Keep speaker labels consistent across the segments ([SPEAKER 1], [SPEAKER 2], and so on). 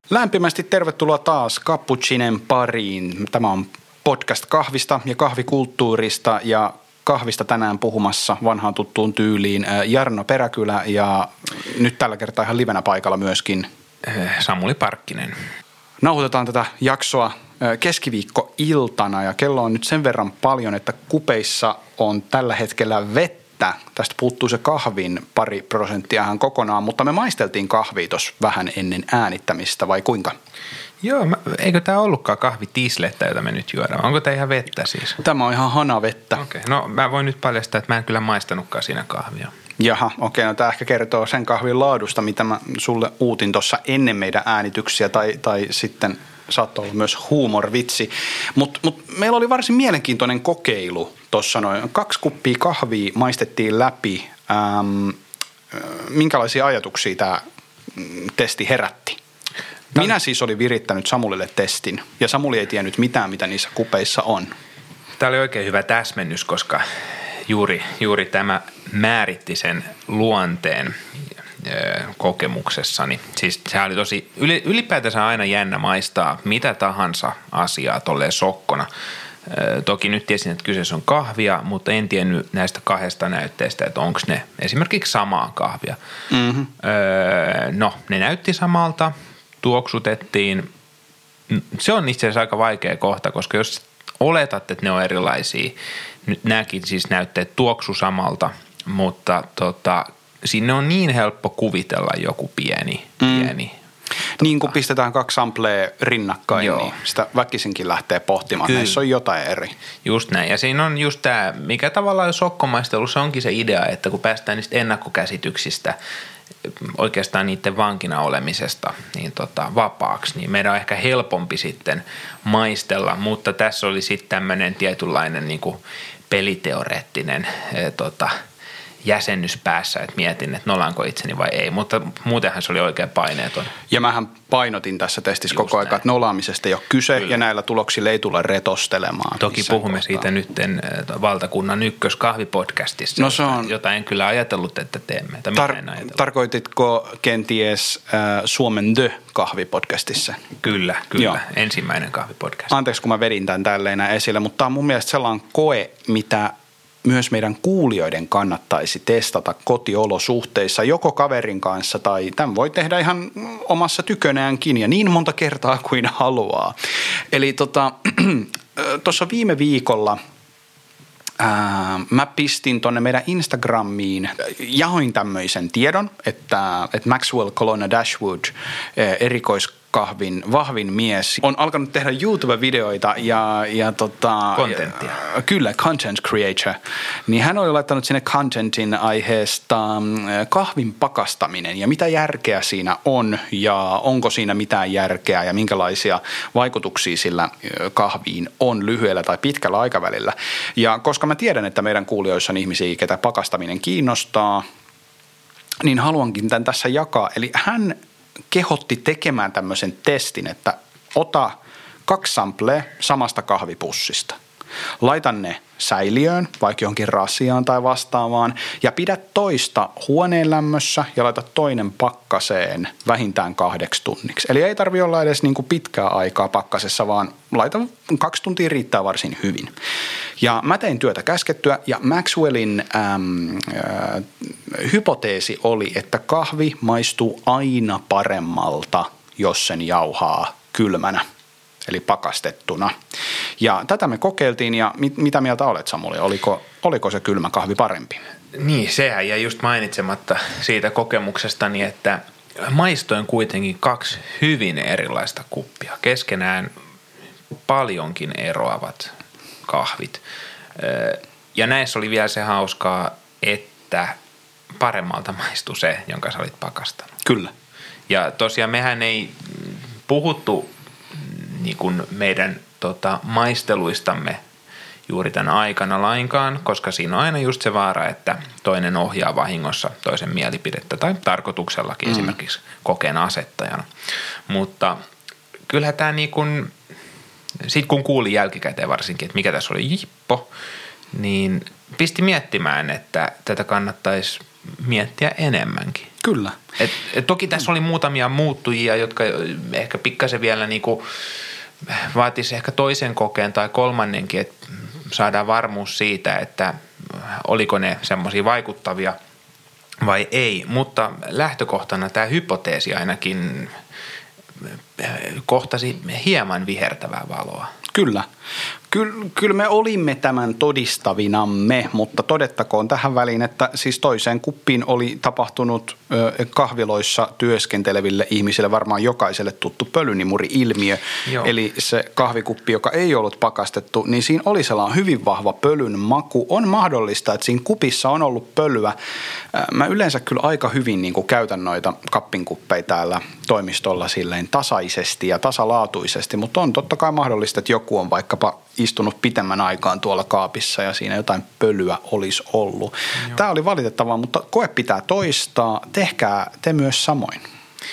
[SPEAKER 1] Lämpimästi tervetuloa taas Cappuccinen pariin. Tämä on podcast kahvista ja kahvikulttuurista ja kahvista tänään puhumassa vanhaan tuttuun tyyliin Jarno Peräkylä ja nyt tällä kertaa ihan livenä paikalla myöskin
[SPEAKER 2] Samuli Parkkinen.
[SPEAKER 1] Nauhoitetaan tätä jaksoa keskiviikkoiltana ja kello on nyt sen verran paljon, että kupeissa on tällä hetkellä vettä. Tästä puuttuu se kahvin 2% kokonaan, mutta me maisteltiin kahvia tuossa vähän ennen äänittämistä vai kuinka?
[SPEAKER 2] Joo, eikö tämä ollutkaan kahvitislettä, jota me nyt juodaan? Onko tämä ihan vettä siis?
[SPEAKER 1] Tämä on ihan hanavettä.
[SPEAKER 2] Okei, no mä voin nyt paljastaa, että mä en kyllä maistanutkaan siinä kahvia.
[SPEAKER 1] Jaha, okei, no tämä ehkä kertoo sen kahvin laadusta, mitä mä sulle uutin tuossa ennen meidän äänityksiä tai sitten saattoi olla myös huumorvitsi. Mutta meillä oli varsin mielenkiintoinen kokeilu tuossa noin. 2 kuppia kahvia maistettiin läpi. Minkälaisia ajatuksia tämä testi herätti? Minä siis olin virittänyt Samulille testin ja Samuli ei tiennyt mitään, mitä niissä kupeissa on.
[SPEAKER 2] Tämä oli oikein hyvä täsmennys, koska juuri tämä määritti sen luonteen kokemuksessani. Siis se oli tosi, ylipäätänsä aina jännä maistaa mitä tahansa asiaa tolleen sokkona. Toki nyt tiesin, että kyseessä on kahvia, mutta en tiennyt näistä 2 näytteistä, että onko ne esimerkiksi samaa kahvia. Mm-hmm. No, ne näytti samalta, tuoksutettiin. Se on itse asiassa aika vaikea kohta, koska jos oletat, että ne on erilaisia, nyt nämäkin siis näytteet tuoksu samalta, mutta sinne on niin helppo kuvitella joku pieni.
[SPEAKER 1] Niin kuin pistetään 2 samplea rinnakkain, joo, niin sitä väkisinkin lähtee pohtimaan. Kyllä. Näissä on jotain eri.
[SPEAKER 2] Just näin. Ja siinä on just tämä, mikä tavallaan sokkomaistelussa onkin se idea, että kun päästään niistä ennakkokäsityksistä, oikeastaan niiden vankina olemisesta niin vapaaksi, niin meidän on ehkä helpompi sitten maistella, mutta tässä oli sitten tämmöinen tietynlainen niin kuin peliteoreettinen jäsennys päässä, että mietin, että nolaanko itseni vai ei, mutta muutenhan se oli oikein paineeton. Ja
[SPEAKER 1] mähän painotin tässä testissä koko ajan, että nolaamisesta ei ole kyse. Kyllä. Ja näillä tuloksilla ei tule retostelemaan.
[SPEAKER 2] Toki puhumme kohtaa siitä nytten valtakunnan ykköskahvipodcastissa, no se on, jota en kyllä ajatellut, että teemme.
[SPEAKER 1] Tarkoititko kenties Suomen The-kahvipodcastissa?
[SPEAKER 2] Kyllä. Joo. Ensimmäinen kahvipodcast.
[SPEAKER 1] Anteeksi, kun mä vedin tämän tälleen esille, mutta tämä on mun mielestä sellainen koe, mitä myös meidän kuulijoiden kannattaisi testata kotiolosuhteissa joko kaverin kanssa tai tämän voi tehdä ihan omassa tykönäänkin ja niin monta kertaa kuin haluaa. Eli tuossa viime viikolla mä pistin tonne meidän Instagramiin, jahoin tämmöisen tiedon, että Maxwell Colonna Dashwood, erikoiskahvin vahvin mies, on alkanut tehdä YouTube-videoita ja
[SPEAKER 2] contenttia.
[SPEAKER 1] Kyllä, content creator. Niin hän oli laittanut sinne contentin aiheesta kahvin pakastaminen ja mitä järkeä siinä on ja onko siinä mitään järkeä ja minkälaisia vaikutuksia sillä kahviin on lyhyellä tai pitkällä aikavälillä. Ja koska mä tiedän, että meidän kuulijoissa on ihmisiä, ketä pakastaminen kiinnostaa, niin haluankin tämän tässä jakaa. Eli hän kehotti tekemään tämmöisen testin, että ota 2 samplea samasta kahvipussista. Laita ne säiliöön, vaikka johonkin rasiaan tai vastaavaan, ja pidä toista huoneen lämmössä ja laita toinen pakkaseen vähintään 2 tunniksi. Eli ei tarvitse olla edes niin kuin pitkää aikaa pakkasessa, vaan laita 2 tuntia riittää varsin hyvin. Ja mä tein työtä käskettyä, ja Maxwellin hypoteesi oli, että kahvi maistuu aina paremmalta, jos sen jauhaa kylmänä. Eli pakastettuna. Ja tätä me kokeiltiin ja mitä mieltä olet, Samuli? Oliko se kylmä kahvi parempi?
[SPEAKER 2] Niin, sehän jäi just mainitsematta siitä kokemuksestani, että maistoin kuitenkin 2 hyvin erilaista kuppia. Keskenään paljonkin eroavat kahvit. Ja näissä oli vielä se hauskaa, että paremmalta maistui se, jonka sä olit pakastanut.
[SPEAKER 1] Kyllä.
[SPEAKER 2] Ja tosiaan mehän ei puhuttu niin kuin meidän maisteluistamme juuri tämän aikana lainkaan, koska siinä on aina just se vaara, että toinen ohjaa vahingossa toisen mielipidettä tai tarkoituksellakin esimerkiksi kokeen asettajana. Mutta kyllähän tämä niin kuin, sit kun kuulin jälkikäteen varsinkin, että mikä tässä oli jippo, niin pisti miettimään, että tätä kannattaisi miettiä enemmänkin.
[SPEAKER 1] Kyllä.
[SPEAKER 2] Toki tässä oli muutamia muuttujia, jotka ehkä pikkasen vielä niinku vaatisi ehkä toisen kokeen tai kolmannenkin, että saadaan varmuus siitä, että oliko ne semmoisia vaikuttavia vai ei. Mutta lähtökohtana tämä hypoteesi ainakin kohtasi hieman vihertävää valoa.
[SPEAKER 1] Kyllä. Kyllä me olimme tämän todistavinamme, mutta todettakoon tähän väliin, että siis toiseen kuppiin oli tapahtunut kahviloissa työskenteleville ihmisille varmaan jokaiselle tuttu pölynimuri-ilmiö. Joo. Eli se kahvikuppi, joka ei ollut pakastettu, niin siinä oli sellainen hyvin vahva pölyn maku. On mahdollista, että siinä kupissa on ollut pölyä. Mä yleensä kyllä aika hyvin niin kuin käytän noita kappinkuppeja täällä toimistolla silleen tasaisesti ja tasalaatuisesti, mutta on totta kai mahdollista, että joku on vaikkapa istunut pitemmän aikaan tuolla kaapissa ja siinä jotain pölyä olisi ollut. Joo. Tämä oli valitettavaa, mutta koe pitää toistaa. Tehkää te myös samoin.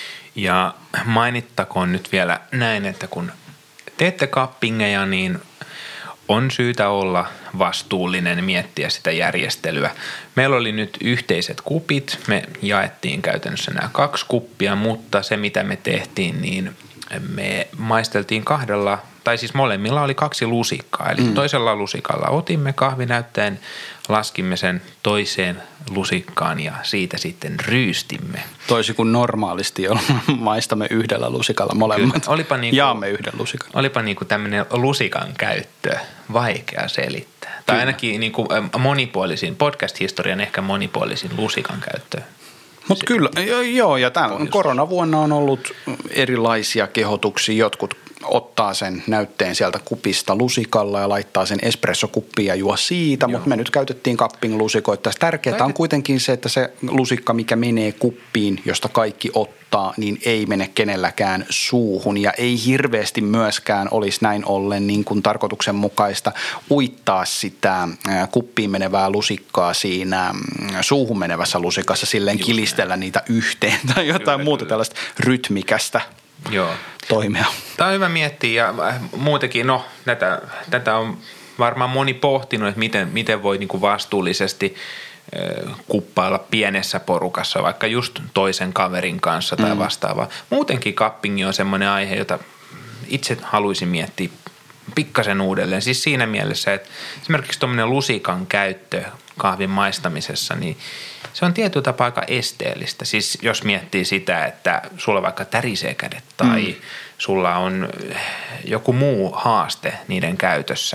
[SPEAKER 2] Ja mainittakoon nyt vielä näin, että kun teette kappingeja, niin on syytä olla vastuullinen, miettiä sitä järjestelyä. Meillä oli nyt yhteiset kupit, me jaettiin käytännössä nämä 2 kuppia, mutta se mitä me tehtiin, niin me maisteltiin 2, tai siis molemmilla oli 2 lusikkaa. Eli toisella lusikalla otimme kahvinäytteen, laskimme sen toiseen lusikkaan ja siitä sitten ryystimme.
[SPEAKER 1] Toisin kuin normaalisti, jolloin maistamme 1 lusikalla molemmat. Jaamme 1 lusikan.
[SPEAKER 2] Olipa niinku tämmöinen lusikan käyttö vaikea selittää. Kyllä. Tai ainakin niinku monipuolisin, podcast-historian ehkä monipuolisin lusikan käyttö.
[SPEAKER 1] Mutta kyllä, joo, ja tämän koronavuonna on ollut erilaisia kehotuksia. Jotkut ottaa sen näytteen sieltä kupista lusikalla ja laittaa sen espressokuppiin ja juo siitä, mutta me nyt käytettiin cupping-lusikoita. Tärkeää on kuitenkin se, että se lusikka, mikä menee kuppiin, josta kaikki ottaa, niin ei mene kenelläkään suuhun ja ei hirveästi myöskään olisi näin ollen niin kuin tarkoituksenmukaista uittaa sitä kuppiin menevää lusikkaa siinä suuhun menevässä lusikassa silleen kilistellä niitä yhteen tai jotain muuta tällaista rytmikästä.
[SPEAKER 2] Joo.
[SPEAKER 1] Toimia.
[SPEAKER 2] Tämä on hyvä miettiä ja muutenkin, tätä on varmaan moni pohtinut, että miten voi niin kuin vastuullisesti kuppailla pienessä porukassa, vaikka just toisen kaverin kanssa tai vastaavaa. Muutenkin cupping on semmoinen aihe, jota itse haluaisin miettiä pikkasen uudelleen. Siis siinä mielessä, että esimerkiksi tuommoinen lusikan käyttö kahvin maistamisessa, niin se on tietyllä tapaa aika esteellistä. Siis jos miettii sitä, että sulla vaikka tärisee kädet tai sulla on joku muu haaste niiden käytössä.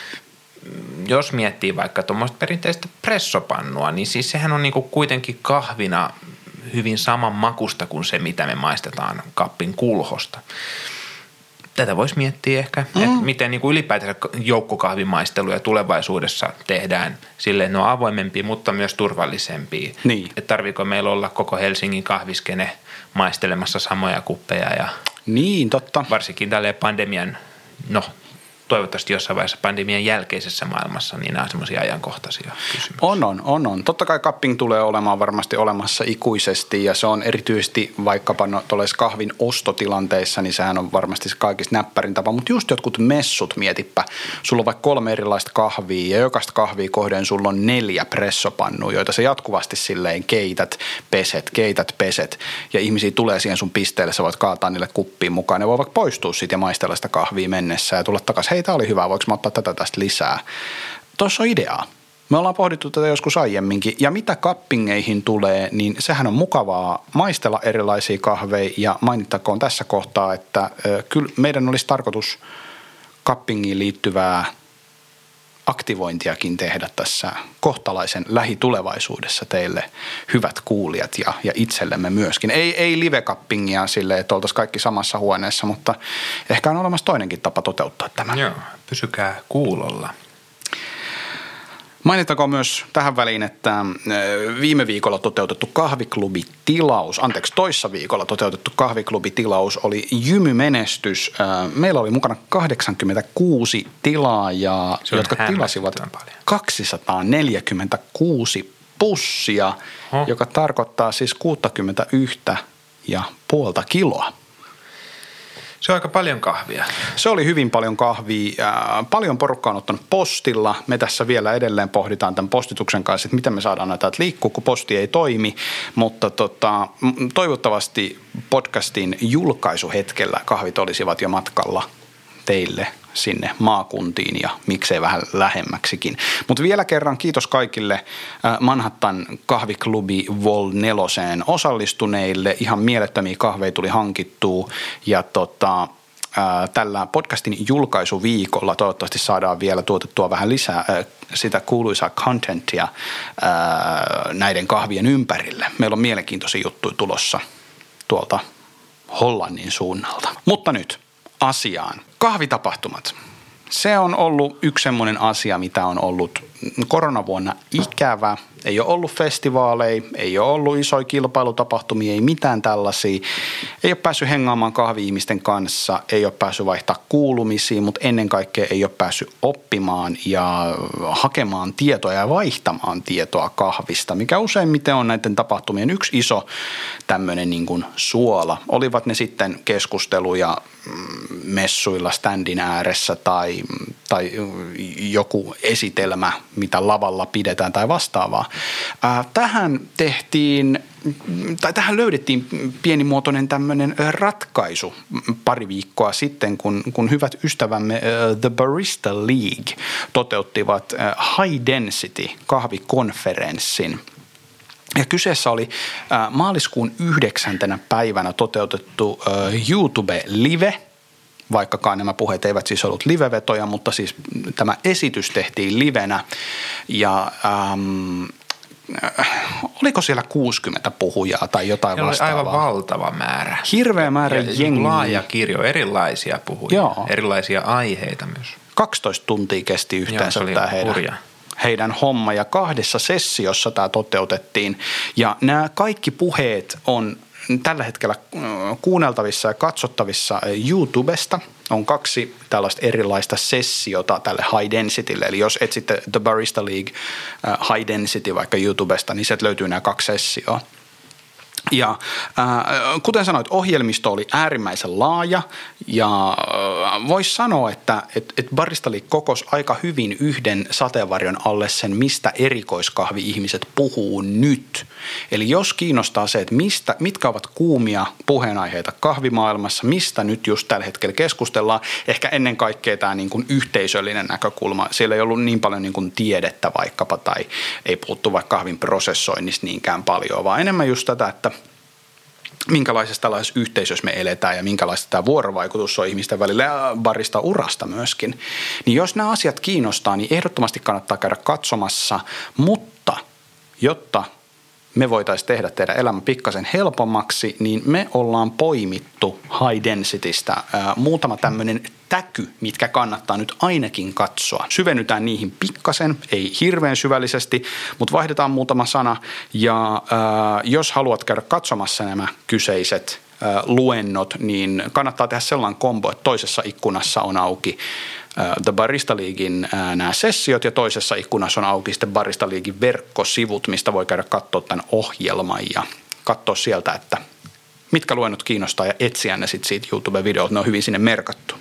[SPEAKER 2] Jos miettii vaikka tuommoista perinteistä pressopannua, niin siis sehän on niinku kuitenkin kahvina hyvin saman makusta kuin se, mitä me maistetaan kappin kulhosta. Tätä voisi miettiä ehkä, että miten niin kuin ylipäätään joukkokahvimaisteluja tulevaisuudessa tehdään silleen, ne on avoimempia, mutta myös turvallisempia.
[SPEAKER 1] Niin.
[SPEAKER 2] Että tarviiko meillä olla koko Helsingin kahviskene maistelemassa samoja kuppeja ja
[SPEAKER 1] niin, totta.
[SPEAKER 2] Varsinkin tälleen pandemian, toivottavasti jossain vaiheessa pandemian jälkeisessä maailmassa, niin nämä on semmoisia ajankohtaisia kysymyksiä.
[SPEAKER 1] On. Totta kai cupping tulee olemaan varmasti olemassa ikuisesti ja se on erityisesti vaikkapa tuollaisissa kahvin ostotilanteissa, niin sehän on varmasti se kaikista näppärin tapa. Mutta just jotkut messut, mietipä, sulla on vaikka 3 erilaista kahvia ja jokaista kahvia kohden sulla on 4 pressopannua, joita sä jatkuvasti silleen keität, peset ja ihmisiä tulee siihen sun pisteelle, sä voit kaataa niille kuppiin mukaan. Ne voi vaikka poistua siitä ja maistella sitä kahvia mennessä ja tulla takaisin. Hei, tämä oli hyvä, voiko mä ottaa tästä lisää? Tuossa on ideaa. Me ollaan pohdittu tätä joskus aiemminkin. Ja mitä cuppingeihin tulee, niin sehän on mukavaa maistella erilaisia kahveja. Ja mainittakoon tässä kohtaa, että kyllä meidän olisi tarkoitus cuppingiin liittyvää aktivointiakin tehdä tässä kohtalaisen lähitulevaisuudessa teille hyvät kuulijat ja itsellemme myöskin. Ei live-cuppingia silleen, että oltaisiin kaikki samassa huoneessa, mutta ehkä on olemassa toinenkin tapa toteuttaa tämä.
[SPEAKER 2] Joo, pysykää kuulolla.
[SPEAKER 1] Mainittakoon myös tähän väliin, että viime viikolla toteutettu toissa viikolla toteutettu kahviklubitilaus oli jymymenestys. Meillä oli mukana 86 tilaajaa, jotka tilasivat 246 pussia, joka tarkoittaa siis 61,5 kiloa.
[SPEAKER 2] Se on aika paljon kahvia.
[SPEAKER 1] Se oli hyvin paljon kahvia. Paljon porukkaa on ottanut postilla. Me tässä vielä edelleen pohditaan tämän postituksen kanssa, että miten me saadaan näitä liikkua, kun posti ei toimi. Mutta toivottavasti podcastin julkaisuhetkellä kahvit olisivat jo matkalla teille sinne maakuntiin ja miksei vähän lähemmäksikin. Mutta vielä kerran kiitos kaikille Manhattan kahviklubi Vol 4 osallistuneille. Ihan mielettömiä kahveja tuli hankittua ja tällä podcastin julkaisuviikolla toivottavasti saadaan vielä tuotettua vähän lisää sitä kuuluisaa contenttia näiden kahvien ympärille. Meillä on mielenkiintoisia juttuja tulossa tuolta Hollannin suunnalta. Mutta nyt asiaan. Kahvitapahtumat. Se on ollut yksi semmoinen asia, mitä on ollut koronavuonna ikävä. Ei ole ollut festivaaleja, ei ole ollut isoja kilpailutapahtumia, ei mitään tällaisia. Ei ole päässyt hengaamaan kahvi-ihmisten kanssa, ei ole päässyt vaihtaa kuulumisia, mutta ennen kaikkea ei ole päässyt oppimaan ja hakemaan tietoa ja vaihtamaan tietoa kahvista, mikä useimmiten on näiden tapahtumien yksi iso tämmöinen niin kuin suola. Olivat ne sitten keskusteluja messuilla standin ääressä tai joku esitelmä, mitä lavalla pidetään tai vastaavaa. Tähän löydettiin pienimuotoinen tämmöinen ratkaisu pari viikkoa sitten, kun hyvät ystävämme The Barista League toteuttivat High Density kahvikonferenssin. Ja kyseessä oli maaliskuun 9. päivänä toteutettu YouTube-live, vaikkakaan nämä puheet eivät siis ollut livevetoja, mutta siis tämä esitys tehtiin livenä ja oliko siellä 60 puhujaa tai jotain vastaavaa?
[SPEAKER 2] Oli aivan valtava määrä.
[SPEAKER 1] Hirveä määrä jengiä.
[SPEAKER 2] Laaja kirjo, erilaisia puhujia, Joo. erilaisia aiheita myös.
[SPEAKER 1] 12 tuntia kesti yhteensä tämä heidän homma ja 2 sessiossa tämä toteutettiin ja nämä kaikki puheet on tällä hetkellä kuunneltavissa ja katsottavissa YouTubesta. On 2 tällaista erilaista sessiota tälle High Densitylle. Eli jos etsitte The Barista League High Density vaikka YouTubesta, niin sieltä löytyy nämä 2 sessioa. Ja kuten sanoit, ohjelmisto oli äärimmäisen laaja ja voisi sanoa, että Barista League kokosi aika hyvin yhden sateenvarjon alle sen, mistä erikoiskahvi-ihmiset puhuu nyt. Eli jos kiinnostaa se, että mitkä ovat kuumia puheenaiheita kahvimaailmassa, mistä nyt just tällä hetkellä keskustellaan, ehkä ennen kaikkea tämä niin kuin yhteisöllinen näkökulma. Siellä ei ollut niin paljon niin kuin tiedettä vaikkapa tai ei puhuttu vaikka kahvin prosessoinnista niinkään paljon, vaan enemmän just tätä, että minkälaisessa tällaisessa yhteisössä me eletään ja minkälaista tämä vuorovaikutus on ihmisten välillä ja barista urasta myöskin. Niin jos nämä asiat kiinnostaa, niin ehdottomasti kannattaa käydä katsomassa, mutta jotta me voitaisiin tehdä teidän elämä pikkasen helpommaksi, niin me ollaan poimittu High Densitystä muutama tämmöinen täky, mitkä kannattaa nyt ainakin katsoa. Syvennytään niihin pikkasen, ei hirveän syvällisesti, mutta vaihdetaan muutama sana ja jos haluat käydä katsomassa nämä kyseiset luennot, niin kannattaa tehdä sellainen kombo, että toisessa ikkunassa on auki The Barista Leaguein nämä sessiot ja toisessa ikkunassa on auki sitten Barista Leaguein verkkosivut, mistä voi käydä katsoa tämän ohjelman ja katsoa sieltä, että mitkä luennot kiinnostaa ja etsiä ne sitten siitä YouTube-videolta, ne on hyvin sinne merkattu.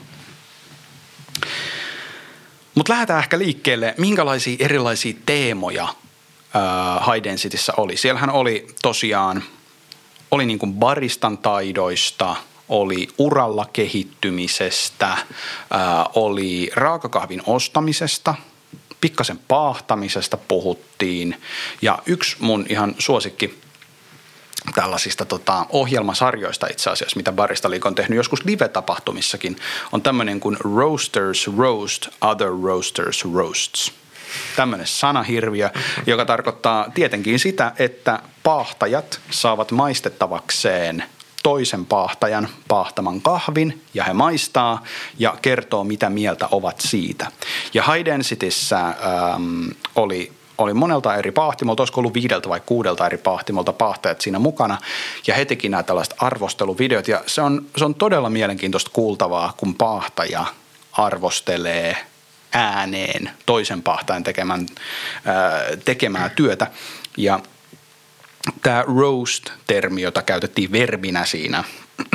[SPEAKER 1] Mutta lähdetään ehkä liikkeelle, minkälaisia erilaisia teemoja High Densityssä oli. Siellähän oli tosiaan, oli niin kuin baristan taidoista, oli uralla kehittymisestä, oli raakakahvin ostamisesta, pikkasen paahtamisesta puhuttiin ja yksi mun ihan suosikki tällaisista ohjelmasarjoista itse asiassa, mitä Barista League on tehnyt joskus live-tapahtumissakin, on tämmöinen kuin Roasters Roast, Other Roasters Roasts. Tämmöinen sanahirviö, joka tarkoittaa tietenkin sitä, että paahtajat saavat maistettavakseen toisen paahtajan paahtaman kahvin ja he maistaa ja kertoo, mitä mieltä ovat siitä. Ja High Densityssä oli monelta eri paahtimolta, olisiko ollut 5 vai 6 eri paahtimolta paahtajat siinä mukana ja he teki nämä tällaiset arvosteluvideot ja se on todella mielenkiintoista kuultavaa, kun paahtaja arvostelee ääneen toisen paahtajan tekemää työtä ja tämä roast-termi, jota käytettiin verbinä siinä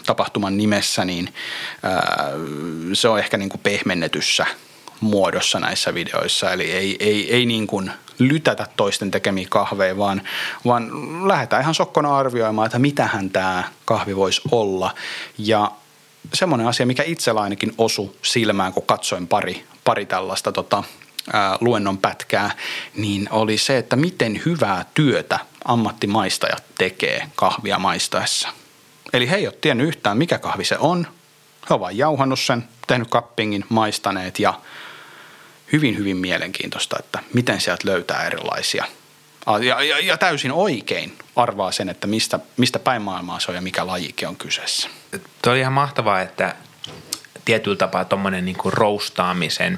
[SPEAKER 1] tapahtuman nimessä, niin se on ehkä niin kuin pehmennetyssä muodossa näissä videoissa. Eli ei niin kuin lytätä toisten tekemiä kahveja, vaan lähdetään ihan sokkona arvioimaan, että mitähän tämä kahvi voisi olla. Ja semmoinen asia, mikä itsellä ainakin osui silmään, kun katsoin pari tällaista luennon pätkää, niin oli se, että miten hyvää työtä ammattimaistajat tekee kahvia maistaessa. Eli he ei ole tiennyt yhtään, mikä kahvi se on. He ovat vain jauhannut sen, tehnyt cuppingin, maistaneet ja hyvin, hyvin mielenkiintoista, että miten sieltä löytää erilaisia. Ja täysin oikein arvaa sen, että mistä päin maailmaa se on ja mikä lajikin on kyseessä.
[SPEAKER 2] Tuo oli ihan mahtavaa, että tietyllä tapaa tuommoinen niin kuin roustaamisen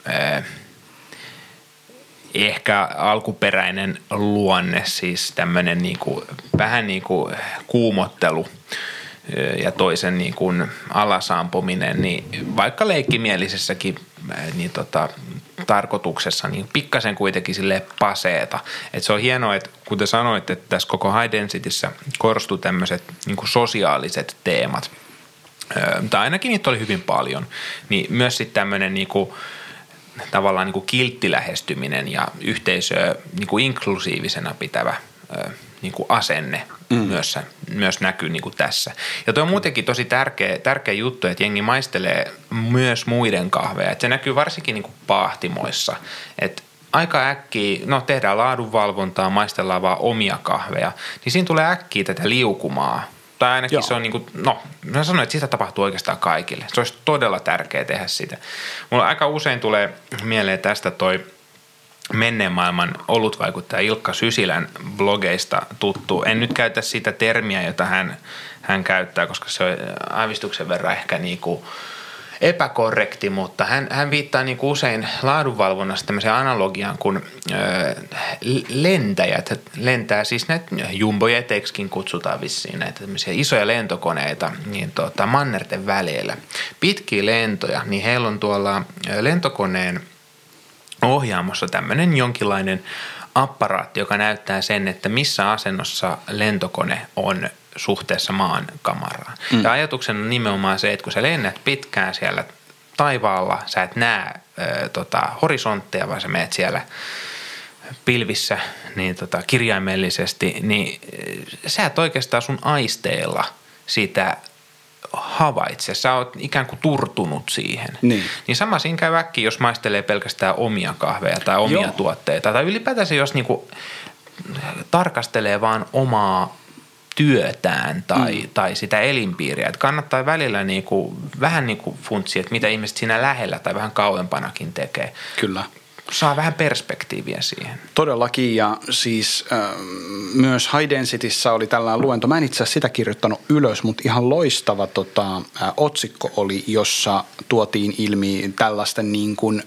[SPEAKER 2] ehkä alkuperäinen luonne, siis tämmöinen niin kuin, vähän niin kuin kuumottelu ja toisen niin kuin alasampuminen, niin vaikka leikkimielisessäkin niin tarkoituksessa, niin pikkasen kuitenkin silleen paseeta. Että se on hienoa, että kun te sanoitte, että tässä koko High Densityssä korostui tämmöiset niin kuin sosiaaliset teemat, tai ainakin niitä oli hyvin paljon, niin myös sitten tämmöinen niin kuin tavallaan niin kuin kiltti lähestyminen ja yhteisöä niin kuin inklusiivisena pitävä niin kuin asenne myös näkyy niin kuin tässä. Ja tuo on muutenkin tosi tärkeä juttu, että jengi maistelee myös muiden kahveja. Että se näkyy varsinkin niin kuin paahtimoissa. Että aika äkkiä, tehdään laadunvalvontaa, maistellaan vaan omia kahveja, niin siinä tulee äkkiä tätä liukumaa. Tai ainakin se on niin kuin, mä sanoin, että sitä tapahtuu oikeastaan kaikille. Se olisi todella tärkeää tehdä sitä. Mulla aika usein tulee mieleen tästä toi menneen maailman olutvaikuttaja Ilkka Sysilän blogeista tuttu. En nyt käytä sitä termiä, jota hän käyttää, koska se on aavistuksen verran ehkä niin kuin epäkorrekti, mutta hän viittaa niin kuin usein laadunvalvonnassa tämmöiseen analogiaan, kun lentäjät lentää, siis näitä jumbojeteksikin kutsutaan vissiin, näitä tämmöisiä isoja lentokoneita niin mannerten välillä. Pitkiä lentoja, niin heillä on tuolla lentokoneen ohjaamossa tämmöinen jonkinlainen apparaatti, joka näyttää sen, että missä asennossa lentokone on suhteessa maan kamaraan. Ja ajatuksena on nimenomaan se, että kun sä lennät pitkään siellä taivaalla, sä et näe horisontteja, vaan sä meet siellä pilvissä niin kirjaimellisesti, niin sä et oikeastaan sun aisteilla sitä havaitse. Sä oot ikään kuin turtunut siihen. Niin sama siinä käy äkkiä, jos maistelee pelkästään omia kahveja tai omia tuotteita. Tai ylipäätänsä jos niinku tarkastelee vaan omaa työtään tai sitä elinpiiriä. Että kannattaa välillä vähän funtsia, että mitä ihmiset siinä lähellä tai vähän kauempanakin tekee.
[SPEAKER 1] Kyllä.
[SPEAKER 2] Saa vähän perspektiiviä siihen.
[SPEAKER 1] Todellakin, ja siis myös High Densityssä oli tällainen luento. Mä en itse asiassa sitä kirjoittanut ylös, mutta ihan loistava otsikko oli, jossa tuotiin ilmi tällaisten niin kuin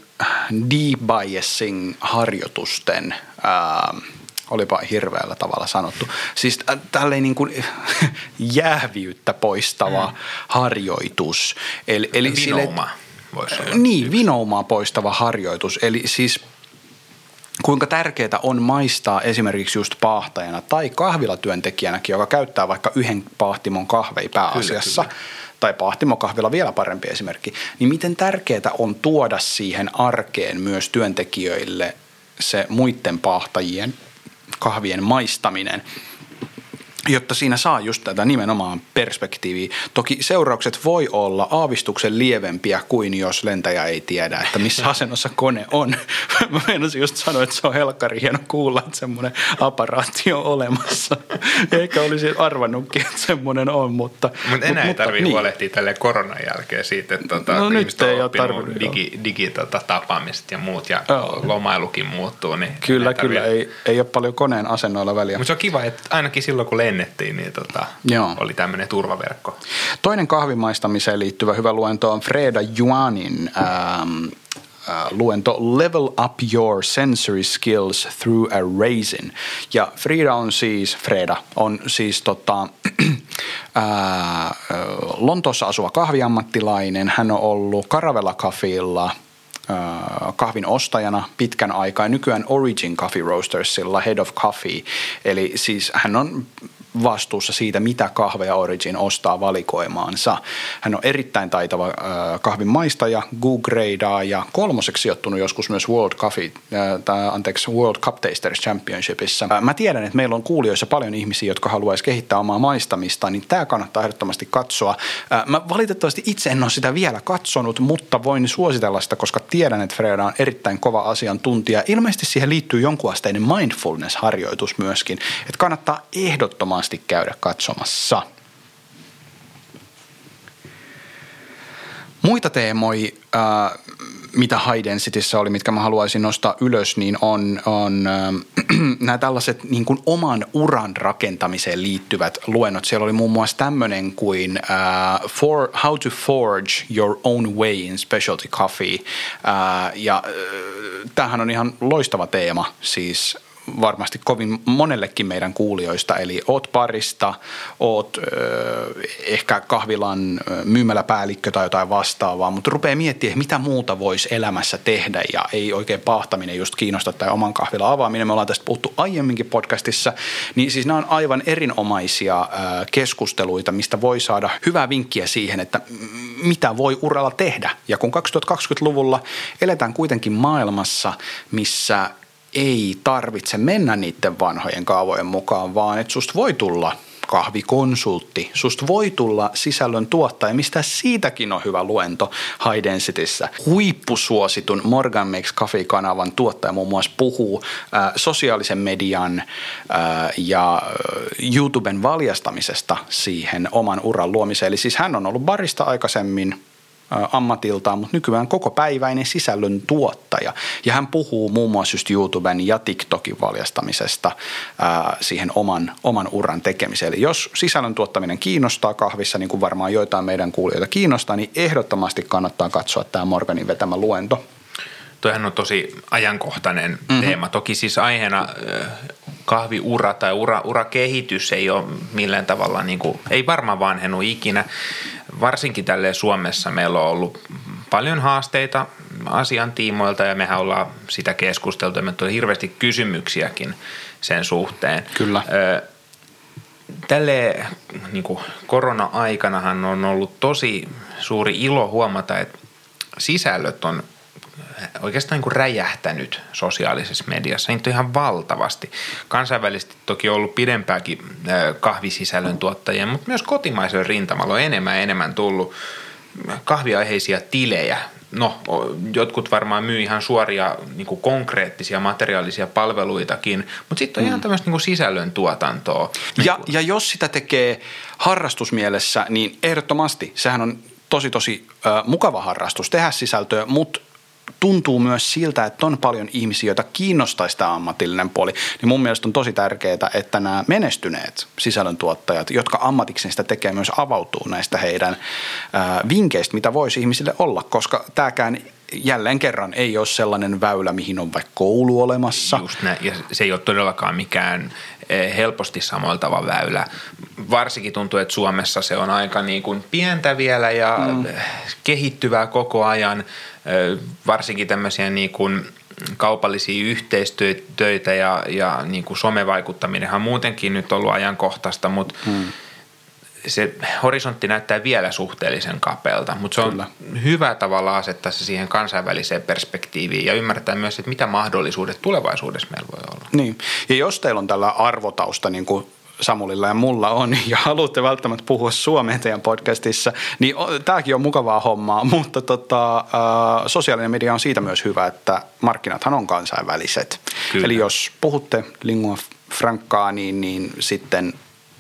[SPEAKER 1] debiasing-harjoitusten olipa hirveällä tavalla sanottu. Siis tälleen niin kuin jääviyttä poistava harjoitus. Eli
[SPEAKER 2] vinouma voisi olla.
[SPEAKER 1] Niin, vinoumaa poistava harjoitus. Eli siis kuinka tärkeää on maistaa esimerkiksi just paahtajana tai kahvilatyöntekijänäkin, joka käyttää vaikka yhden paahtimon kahveja pääasiassa. Kyllä. Tai paahtimokahvilla vielä parempi esimerkki. Niin miten tärkeää on tuoda siihen arkeen myös työntekijöille se muiden paahtajien kahvien maistaminen, jotta siinä saa just tätä nimenomaan perspektiiviä. Toki seuraukset voi olla aavistuksen lievempiä kuin jos lentäjä ei tiedä, että missä asennossa kone on. Mä meinasin just sanoa, että se on helkkari hieno kuulla, että semmoinen aparaatti on olemassa. Eikä olisi arvannutkin, että semmoinen on, mutta
[SPEAKER 2] enää ei tarvitse huolehtia tälleen koronan jälkeen siitä, että ihmiset on oppinut digitapaamiset ja muut ja lomailukin muuttuu. Niin
[SPEAKER 1] kyllä, ei ole paljon koneen asennoilla väliä.
[SPEAKER 2] Mutta se on kiva, että ainakin silloin kun lennettiin, niin oli tämmöinen turvaverkko.
[SPEAKER 1] Toinen kahvimaistamiseen liittyvä hyvä luento on Freda Juanin luento Level Up Your Sensory Skills Through a Raisin. Ja Freda on siis Lontoossa asuva kahviammattilainen. Hän on ollut Caravella Cafella kahvin ostajana pitkän aikaa, nykyään Origin Coffee Roastersilla Head of Coffee. Eli siis hän on vastuussa siitä, mitä kahveja Origin ostaa valikoimaansa. Hän on erittäin taitava kahvin maistaja, Go-gradaa ja 3. sijoittunut joskus myös World Cup Tasters Championshipissa. Mä tiedän, että meillä on kuulijoissa paljon ihmisiä, jotka haluaisi kehittää omaa maistamista, niin tämä kannattaa ehdottomasti katsoa. Mä valitettavasti itse en ole sitä vielä katsonut, mutta voin suositella sitä, koska tiedän, että Freda on erittäin kova asiantuntija. Ilmeisesti siihen liittyy jonkunasteinen mindfulness-harjoitus myöskin, että kannattaa ehdottomasti käydä katsomassa. Muita teemoja, mitä High Densityssä oli, mitkä mä haluaisin nostaa ylös, niin on nämä tällaiset niin kuin oman uran rakentamiseen liittyvät luennot. Siellä oli muun muassa tämmöinen kuin How to Forge Your Own Way in Specialty Coffee. Tämähän on ihan loistava teema, siis varmasti kovin monellekin meidän kuulijoista, eli oot barista, oot ehkä kahvilan myymäläpäällikkö tai jotain vastaavaa, mutta rupeaa miettimään, mitä muuta voisi elämässä tehdä ja ei oikein pahtaminen just kiinnosta tai oman kahvilan avaaminen. Me ollaan tästä puhuttu aiemminkin podcastissa, niin siis nämä on aivan erinomaisia keskusteluita, mistä voi saada hyvää vinkkiä siihen, että mitä voi uralla tehdä. Ja kun 2020-luvulla eletään kuitenkin maailmassa, missä ei tarvitse mennä niiden vanhojen kaavojen mukaan, vaan että susta voi tulla kahvikonsultti, susta voi tulla sisällön tuottaja, mistä siitäkin on hyvä luento High Densityssä. Huippusuositun Morgan Makes Coffee-kanavan tuottaja muun muassa puhuu sosiaalisen median ja YouTuben valjastamisesta siihen oman uran luomiseen. Eli siis hän on ollut barista aikaisemmin ammatiltaan, mutta nykyään kokopäiväinen sisällön tuottaja. Ja hän puhuu muun muassa just YouTuben ja TikTokin valjastamisesta siihen oman uran tekemiseen. Eli jos sisällön tuottaminen kiinnostaa kahvissa, niin kuin varmaan joitain meidän kuulijoita kiinnostaa, niin ehdottomasti kannattaa katsoa tämä Morganin vetämä luento.
[SPEAKER 2] Toihan on tosi ajankohtainen teema. Toki siis aiheena kahviura tai urakehitys ei ole millään tavalla, niin kuin, ei varmaan vanhennu ikinä. Varsinkin tälleen Suomessa meillä on ollut paljon haasteita asian tiimoilta ja mehän ollaan sitä keskusteltu ja me tuli hirveästi kysymyksiäkin sen suhteen.
[SPEAKER 1] Kyllä.
[SPEAKER 2] Tälleen niin kuin korona-aikanahan on ollut tosi suuri ilo huomata, että sisällöt on oikeastaan niin kuin räjähtänyt sosiaalisessa mediassa. Niitä on ihan valtavasti. Kansainvälisesti toki on ollut pidempääkin kahvisisällön tuottajia, mutta myös kotimaisella rintamalla on enemmän tullut kahviaiheisia tilejä. No, jotkut varmaan myy ihan suoria niin kuin konkreettisia materiaalisia palveluitakin, mutta sitten on ihan tämmöistä niin kuin sisällön tuotantoa.
[SPEAKER 1] Ja jos sitä tekee harrastusmielessä, niin ehdottomasti sehän on tosi mukava harrastus tehdä sisältöä, mutta tuntuu myös siltä, että on paljon ihmisiä, joita kiinnostaisi tämä ammatillinen puoli, niin mun mielestä on tosi tärkeää, että nämä menestyneet sisällöntuottajat, jotka ammatikseen sitä tekee, myös avautuu näistä heidän vinkkeistä, mitä voisi ihmisille olla, koska tämäkään jälleen kerran ei ole sellainen väylä, mihin on vaikka koulu olemassa.
[SPEAKER 2] Just näin, ja se ei ole todellakaan mikään helposti samoiltava väylä. Varsinkin tuntuu, että Suomessa se on aika niin kuin pientä vielä ja kehittyvää koko ajan. Varsinkin tämmöisiä niin kuin kaupallisia yhteistyötä ja niin kuin somevaikuttaminenhan on muutenkin nyt ollut ajankohtaista, mutta se horisontti näyttää vielä suhteellisen kapealta, mutta se on hyvä tavalla asettaa se siihen kansainväliseen perspektiiviin ja ymmärtää myös, että mitä mahdollisuudet tulevaisuudessa meillä voi olla.
[SPEAKER 1] Niin, ja jos teillä on tällä arvotausta, niin kuin Samulilla ja mulla on, ja haluatte välttämättä puhua suomea teidän podcastissa, niin tämäkin on mukavaa hommaa, mutta sosiaalinen media on siitä myös hyvä, että markkinathan on kansainväliset. Kyllä. Eli jos puhutte lingua francaa, niin sitten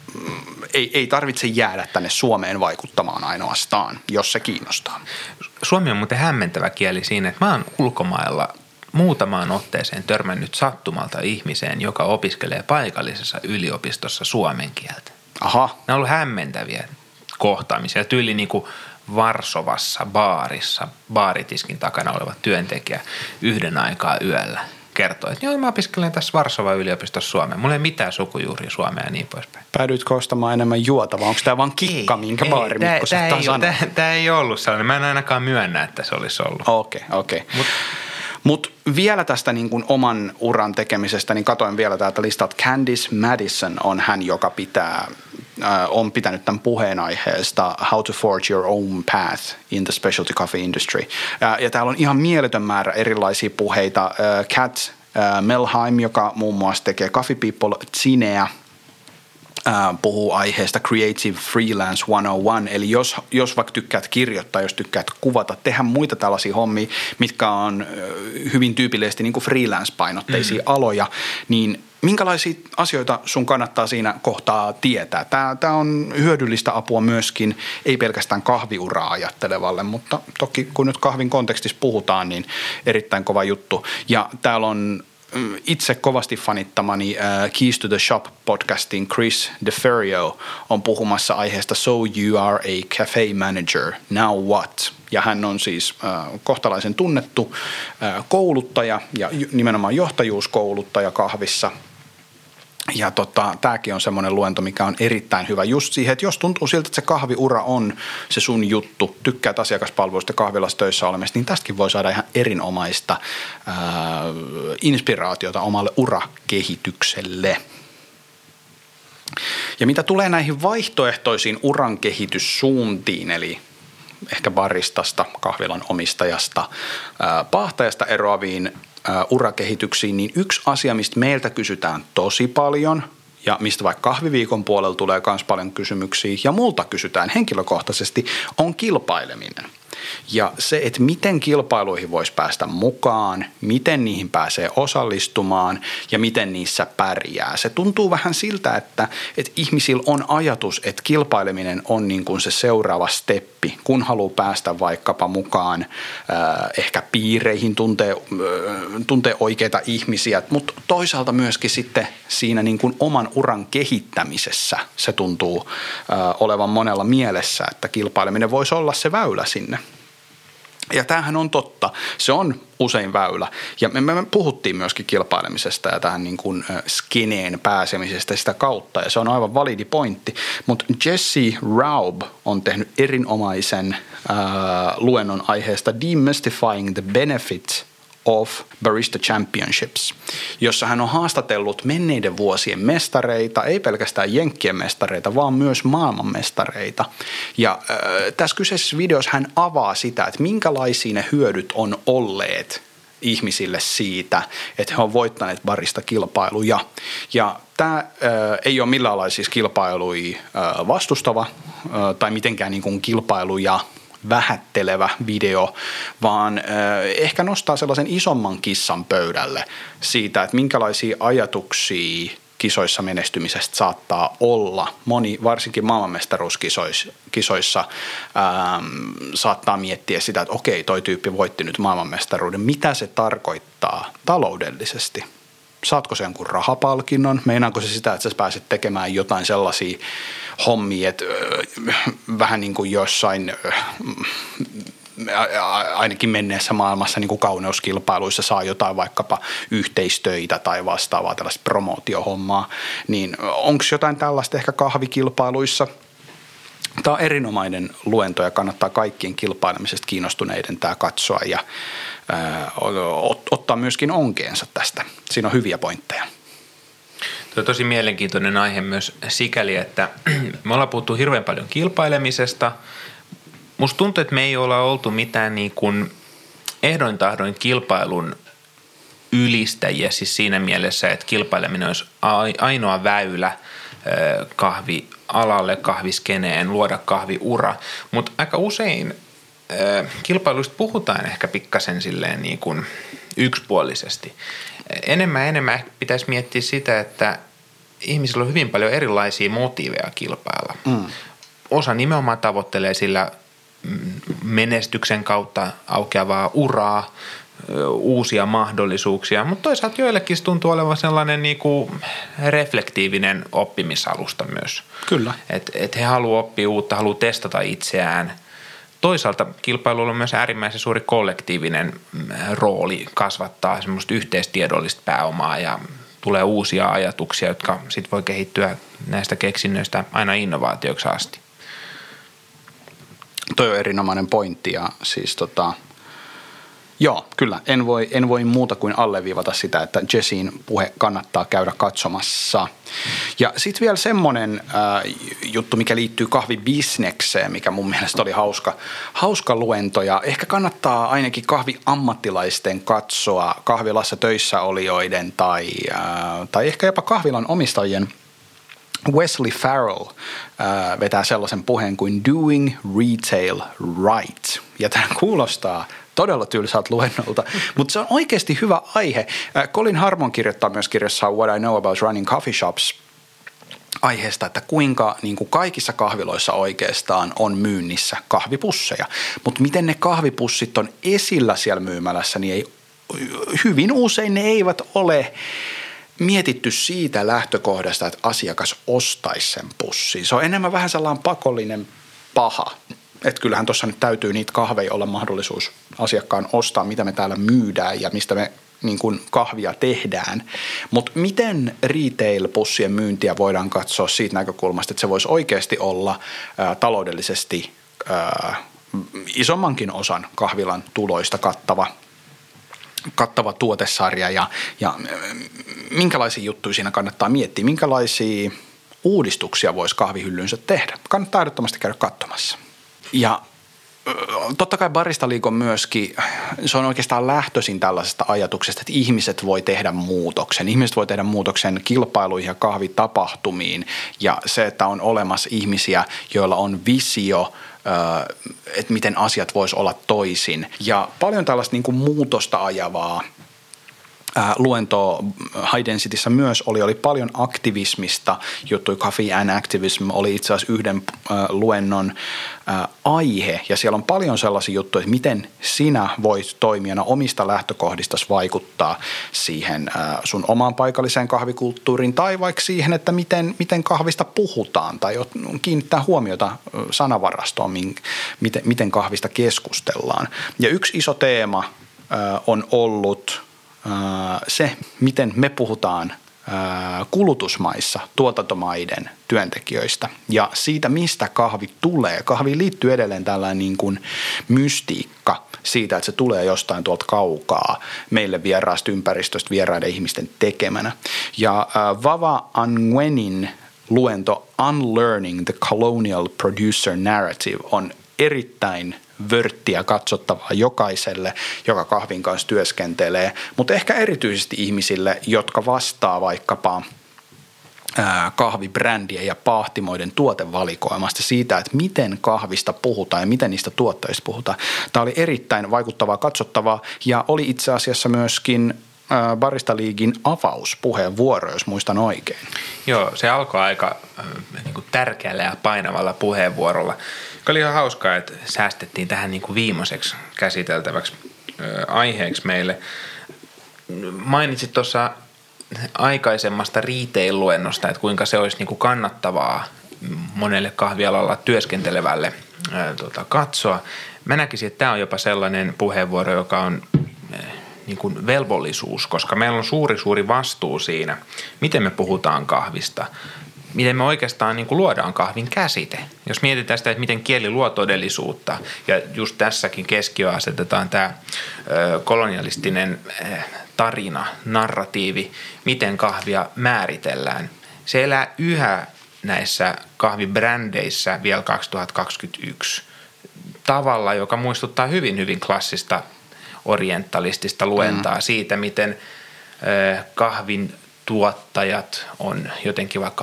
[SPEAKER 1] ei tarvitse jäädä tänne Suomeen vaikuttamaan ainoastaan, jos se kiinnostaa.
[SPEAKER 2] Suomi on muuten hämmentävä kieli siinä, että mä oon ulkomailla muutamaan otteeseen törmännyt sattumalta ihmiseen, joka opiskelee paikallisessa yliopistossa suomen kieltä.
[SPEAKER 1] Aha.
[SPEAKER 2] Ne on ollut hämmentäviä kohtaamisia. Tyyli niin kuin Varsovassa baarissa baaritiskin takana oleva työntekijä yhden aikaa yöllä kertoi, että joo, mä opiskelen tässä Varsovan yliopistossa Suomea. Mulla ei mitään sukujuuria Suomea ja niin poispäin.
[SPEAKER 1] Päädyitkö ostamaan enemmän juotavaa? Onko tämä vaan kikka, minkä baarimikko sä sanoo?
[SPEAKER 2] Tämä ei ollut sellainen. Mä en ainakaan myönnä, että se olisi ollut.
[SPEAKER 1] Okei. Mutta vielä tästä niin kuin oman uran tekemisestä, niin katoin vielä täältä listalta. Candice Madison on hän, joka on pitänyt tämän puheenaiheesta How to Forge Your Own Path in the Specialty Coffee Industry. Ja täällä on ihan mieletön määrä erilaisia puheita. Kat Melheim, joka muun muassa tekee Coffee People Zineä, puhuu aiheesta Creative Freelance 101, eli jos vaikka tykkäät kirjoittaa, jos tykkäät kuvata, tehdä muita tällaisia hommia, mitkä on hyvin tyypillisesti niin kuin freelance-painotteisia aloja, niin minkälaisia asioita sun kannattaa siinä kohtaa tietää? Tämä on hyödyllistä apua myöskin, ei pelkästään kahviuraa ajattelevalle, mutta toki kun nyt kahvin kontekstissa puhutaan, niin erittäin kova juttu. Ja täällä on itse kovasti fanittamani Keys to the Shop -podcastin Chris DeFerrio on puhumassa aiheesta So You Are a Cafe Manager, Now What? Ja hän on siis kohtalaisen tunnettu kouluttaja ja nimenomaan johtajuuskouluttaja kahvissa. Ja tämäkin on semmoinen luento, mikä on erittäin hyvä just siihen, että jos tuntuu siltä, että se kahviura on se sun juttu, tykkäät asiakaspalvelusta ja kahvilassa töissä olemista, niin tästäkin voi saada ihan erinomaista inspiraatiota omalle urakehitykselle. Ja mitä tulee näihin vaihtoehtoisiin urankehityssuuntiin, eli ehkä baristasta, kahvilan omistajasta, paahtajasta eroaviin urakehityksiin, niin yksi asia, mistä meiltä kysytään tosi paljon ja mistä vaikka kahviviikon puolella tulee myös paljon kysymyksiä ja multa kysytään henkilökohtaisesti, on kilpaileminen. Ja se, että miten kilpailuihin voisi päästä mukaan, miten niihin pääsee osallistumaan ja miten niissä pärjää. Se tuntuu vähän siltä, että ihmisillä on ajatus, että kilpaileminen on niin kuin se seuraava steppi, kun haluaa päästä vaikkapa mukaan ehkä piireihin, tuntee oikeita ihmisiä, mutta toisaalta myöskin sitten siinä niin kuin oman uran kehittämisessä se tuntuu olevan monella mielessä, että kilpaileminen voisi olla se väylä sinne. Ja tämähän on totta. Se on usein väylä. Ja me puhuttiin myöskin kilpailemisesta ja tähän niin kuin skeneen pääsemisestä sitä kautta. Ja se on aivan validi pointti. Mutta Jesse Raub on tehnyt erinomaisen luennon aiheesta Demystifying the Benefits of Barista Championships, jossa hän on haastatellut menneiden vuosien mestareita, ei pelkästään jenkkien mestareita, vaan myös maailmanmestareita. Ja tässä kyseisessä videossa hän avaa sitä, että minkälaisia ne hyödyt on olleet ihmisille siitä, että he on voittaneet barista-kilpailuja. Ja tämä ei ole millään lailla siis kilpailuja vastustava tai mitenkään niin kuin kilpailuja vähättelevä video, vaan ehkä nostaa sellaisen isomman kissan pöydälle siitä, että minkälaisia ajatuksia kisoissa menestymisestä saattaa olla. Moni, varsinkin maailmanmestaruuskisoissa, saattaa miettiä sitä, että okei, toi tyyppi voitti nyt maailmanmestaruuden. Mitä se tarkoittaa taloudellisesti? Saatko se jonkun rahapalkinnon? Meinaanko se sitä, että sä pääset tekemään jotain sellaisia hommia, että vähän niin kuin jossain ainakin menneessä maailmassa niin kuin kauneuskilpailuissa saa jotain vaikkapa yhteistöitä tai vastaavaa tällaista promootiohommaa, niin onko jotain tällaista ehkä kahvikilpailuissa? Tämä on erinomainen luento ja kannattaa kaikkien kilpailemisesta kiinnostuneiden tämä katsoa ja ottaa myöskin onkeensa tästä. Siinä on hyviä pointteja.
[SPEAKER 2] Tuo on tosi mielenkiintoinen aihe myös sikäli, että me ollaan puhuttu hirveän paljon kilpailemisesta. Musta tuntuu, että me ei olla oltu mitään niin kuin ehdoin tahdoin kilpailun ylistäjiä, siis siinä mielessä, että kilpaileminen olisi ainoa väylä kahvialalle, kahviskeneen, luoda kahviura. Mutta aika usein kilpailuista puhutaan ehkä pikkasen silleen niin kuin yksipuolisesti. Enemmän pitäisi miettiä sitä, että ihmisillä on hyvin paljon erilaisia motiiveja kilpailla. Osa nimenomaan tavoittelee sillä menestyksen kautta aukeavaa uraa, uusia mahdollisuuksia, mutta toisaalta joillekin tuntuu olevan sellainen niinku reflektiivinen oppimisalusta myös.
[SPEAKER 1] Kyllä.
[SPEAKER 2] Et he haluaa oppia uutta, haluaa testata itseään. Toisaalta kilpailulla on myös äärimmäisen suuri kollektiivinen rooli kasvattaa semmoista yhteistiedollista pääomaa ja tulee uusia ajatuksia, jotka sitten voi kehittyä näistä keksinnöistä aina innovaatioiksi asti.
[SPEAKER 1] Toi on erinomainen pointti ja siis Joo, kyllä. En voi muuta kuin alleviivata sitä, että Jessin puhe kannattaa käydä katsomassa. Ja sitten vielä semmoinen juttu, mikä liittyy kahvibisnekseen, mikä mun mielestä oli hauska luento. Ja ehkä kannattaa ainakin kahviammattilaisten katsoa kahvilassa töissä olijoiden tai ehkä jopa kahvilan omistajien. Wesley Farrell vetää sellaisen puheen kuin Doing Retail Right. Ja tämä kuulostaa todella tylsältä luennolta, mutta se on oikeasti hyvä aihe. Colin Harmon kirjoittaa myös kirjassaan What I Know About Running Coffee Shops aiheesta, että kuinka niin kuin kaikissa kahviloissa oikeastaan on myynnissä kahvipusseja. Mutta miten ne kahvipussit on esillä siellä myymälässä, niin hyvin usein ne eivät ole mietitty siitä lähtökohdasta, että asiakas ostaisi sen pussin. Se on enemmän vähän sellainen pakollinen paha. Että kyllähän tuossa nyt täytyy niitä kahveja olla mahdollisuus asiakkaan ostaa, mitä me täällä myydään ja mistä me niin kuin kahvia tehdään. Mutta miten retail-pussien myyntiä voidaan katsoa siitä näkökulmasta, että se voisi oikeasti olla taloudellisesti isommankin osan kahvilan tuloista kattava tuotesarja ja minkälaisia juttuja siinä kannattaa miettiä, minkälaisia uudistuksia voisi kahvihyllynsä tehdä. Kannattaa ehdottomasti käydä katsomassa. Ja totta kai Baristaliigon myöskin, se on oikeastaan lähtöisin tällaisesta ajatuksesta, että ihmiset voi tehdä muutoksen. Ihmiset voi tehdä muutoksen kilpailuihin ja kahvitapahtumiin ja se, että on olemassa ihmisiä, joilla on visio, että miten asiat vois olla toisin. Ja paljon tällaista niin kuin muutosta ajavaa luentoa High Densityssä myös oli paljon aktivismista juttuja. Coffee and Activism oli itse asiassa yhden luennon aihe ja siellä on paljon sellaisia juttuja, että miten sinä voit toimijana omista lähtökohdistasi vaikuttaa siihen sun omaan paikalliseen kahvikulttuuriin tai vaikka siihen, että miten kahvista puhutaan tai kiinnittää huomiota sanavarastoon, miten kahvista keskustellaan. Ja yksi iso teema on ollut se, miten me puhutaan kulutusmaissa tuotantomaiden työntekijöistä ja siitä, mistä kahvi tulee. Kahviin liittyy edelleen tällainen niin kuin mystiikka siitä, että se tulee jostain tuolta kaukaa meille vieraasta ympäristöstä vieraiden ihmisten tekemänä. Ja Vava Angwenin luento Unlearning the Colonial Producer Narrative on erittäin vörttiä katsottavaa jokaiselle, joka kahvin kanssa työskentelee, mutta ehkä erityisesti ihmisille, jotka vastaa vaikkapa kahvibrändien ja pahtimoiden tuotevalikoimasta siitä, että miten kahvista puhutaan ja miten niistä tuotteista puhutaan. Tämä oli erittäin vaikuttavaa, katsottavaa ja oli itse asiassa myöskin Baristaliigin avauspuheenvuoro, jos muistan oikein.
[SPEAKER 2] Joo, se alkoi aika niin kuin tärkeällä ja painavalla puheenvuorolla. Oli ihan hauskaa, että säästettiin tähän niin kuin viimeiseksi käsiteltäväksi aiheeksi meille. Mainitsit tuossa aikaisemmasta retail-luennosta, että kuinka se olisi niin kuin kannattavaa monelle kahvialalla työskentelevälle katsoa. Mä näkisin, että tämä on jopa sellainen puheenvuoro, joka on niin kuin velvollisuus, koska meillä on suuri vastuu siinä, miten me puhutaan kahvista. Miten me oikeastaan niin kuin luodaan kahvin käsite. Jos mietitään sitä, että miten kieli luo todellisuutta, ja just tässäkin keskiöön asetetaan tämä kolonialistinen tarina, narratiivi, miten kahvia määritellään. Se elää yhä näissä kahvibrändeissä vielä 2021 tavalla, joka muistuttaa hyvin klassista orientalistista luentaa siitä, miten kahvin tuottajat on jotenkin vaikka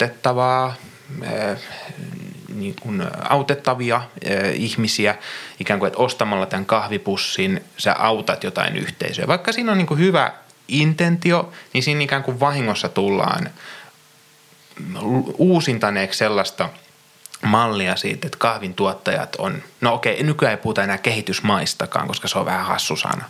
[SPEAKER 2] autettavia ihmisiä, ikään kuin, että ostamalla tämän kahvipussin sä autat jotain yhteisöä. Vaikka siinä on niin kuin hyvä intentio, niin siinä ikään kuin vahingossa tullaan uusintaneeksi sellaista mallia siitä, että kahvin tuottajat on, no okei, nykyään ei puhuta enää kehitysmaistakaan, koska se on vähän hassu sana.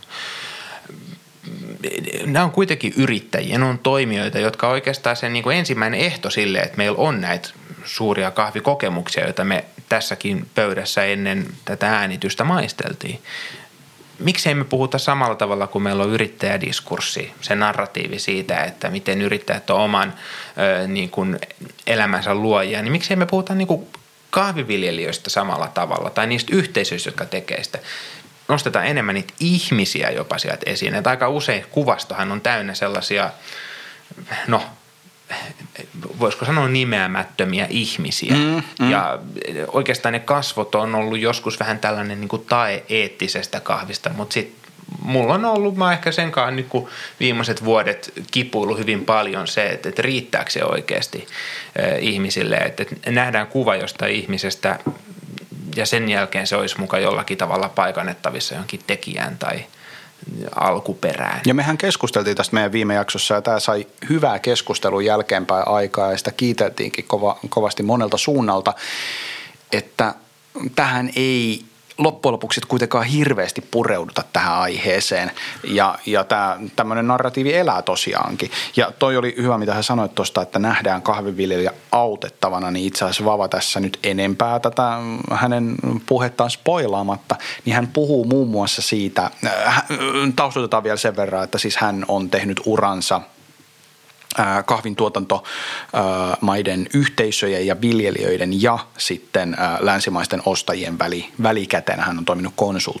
[SPEAKER 2] Nämä on kuitenkin yrittäjiä, ne on toimijoita, jotka oikeastaan sen niin kuin ensimmäinen ehto sille, että meillä on näitä suuria kahvikokemuksia, joita me tässäkin pöydässä ennen tätä äänitystä maisteltiin. Miksei me puhuta samalla tavalla, kun meillä on yrittäjädiskurssi, se narratiivi siitä, että miten yrittäjät on oman niin kuin elämänsä luojia, niin miksei me puhuta niin kuin kahviviljelijöistä samalla tavalla tai niistä yhteisöistä, jotka tekee sitä. nostetaan enemmän niitä ihmisiä jopa sieltä esiin. Että aika usein kuvastohan on täynnä sellaisia, no voisiko sanoa nimeämättömiä ihmisiä. Ja oikeastaan ne kasvot on ollut joskus vähän tällainen niin kuin tae eettisestä kahvista, mutta sitten mulla on ollut, mä ehkä senkaan niin kuin viimeiset vuodet kipuillut hyvin paljon se, että riittääkö se oikeasti ihmisille, että nähdään kuva jostain ihmisestä ja sen jälkeen se olisi muka jollakin tavalla paikannettavissa johonkin tekijään tai alkuperään.
[SPEAKER 1] Ja mehän keskusteltiin tästä meidän viime jaksossa ja tämä sai hyvää keskustelua jälkeenpäin aikaa ja sitä kiiteltiinkin kovasti monelta suunnalta, että tähän ei loppujen lopuksi kuitenkaan hirveästi pureuduta tähän aiheeseen ja tämmöinen narratiivi elää tosiaankin. Ja toi oli hyvä, mitä hän sanoi tuosta, että nähdään kahviviljelijä autettavana, niin itse asiassa Vava tässä nyt enempää tätä hänen puhettaan spoilaamatta, niin hän puhuu muun muassa siitä, taustoitetaan vielä sen verran, että siis hän on tehnyt uransa kahvin tuotantomaiden yhteisöjen ja viljelijöiden ja sitten länsimaisten ostajien välikätenä. Hän on toiminut